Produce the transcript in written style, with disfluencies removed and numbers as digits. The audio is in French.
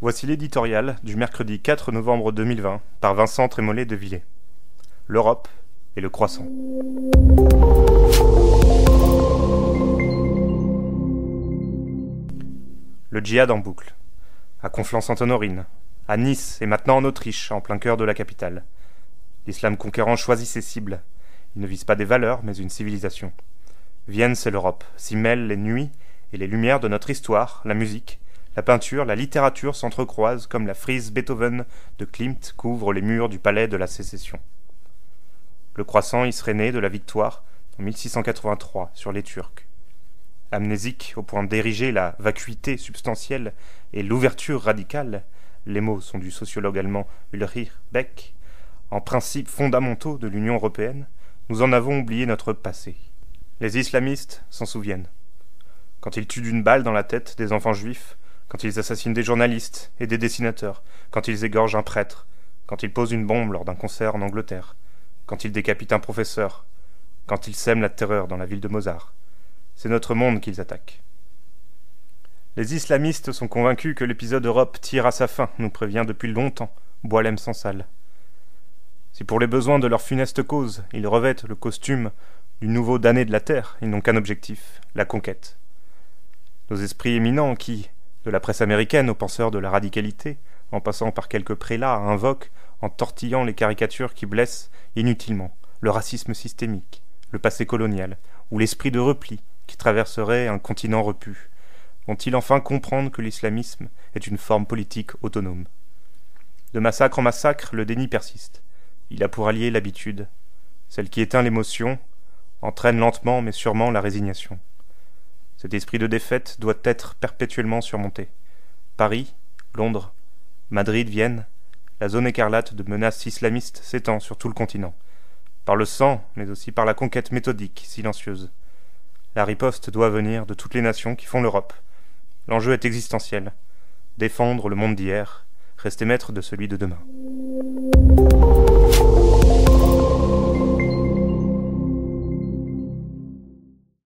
Voici l'éditorial du mercredi 4 novembre 2020 par Vincent Trémollet de Villers. L'Europe et le croissant. Le djihad en boucle. À Conflans-Sainte-Honorine, à Nice et maintenant en Autriche, en plein cœur de la capitale. L'islam conquérant choisit ses cibles. Il ne vise pas des valeurs, mais une civilisation. Vienne, c'est l'Europe. S'y mêlent les nuits et les lumières de notre histoire, la musique, la peinture, la littérature s'entrecroisent comme la frise Beethoven de Klimt couvre les murs du palais de la Sécession. Le croissant y serait né de la victoire en 1683 sur les Turcs. Amnésique au point d'ériger la vacuité substantielle et l'ouverture radicale, les mots sont du sociologue allemand Ulrich Beck, en principes fondamentaux de l'Union européenne, nous en avons oublié notre passé. Les islamistes s'en souviennent. Quand ils tuent d'une balle dans la tête des enfants juifs, quand ils assassinent des journalistes et des dessinateurs, quand ils égorgent un prêtre, quand ils posent une bombe lors d'un concert en Angleterre, quand ils décapitent un professeur, quand ils sèment la terreur dans la ville de Mozart. C'est notre monde qu'ils attaquent. Les islamistes sont convaincus que l'épisode Europe tire à sa fin, nous prévient depuis longtemps Boualem Sansal. Si pour les besoins de leur funeste cause, ils revêtent le costume du nouveau damné de la terre, ils n'ont qu'un objectif, la conquête. Nos esprits éminents qui, de la presse américaine aux penseurs de la radicalité, en passant par quelques prélats, invoquent, en tortillant les caricatures qui blessent inutilement, le racisme systémique, le passé colonial, ou l'esprit de repli qui traverserait un continent repu, vont-ils enfin comprendre que l'islamisme est une forme politique autonome? De massacre en massacre, le déni persiste. Il a pour allié l'habitude. Celle qui éteint l'émotion entraîne lentement mais sûrement la résignation. Cet esprit de défaite doit être perpétuellement surmonté. Paris, Londres, Madrid, Vienne, la zone écarlate de menaces islamistes s'étend sur tout le continent. Par le sang, mais aussi par la conquête méthodique, silencieuse. La riposte doit venir de toutes les nations qui font l'Europe. L'enjeu est existentiel. Défendre le monde d'hier, rester maître de celui de demain.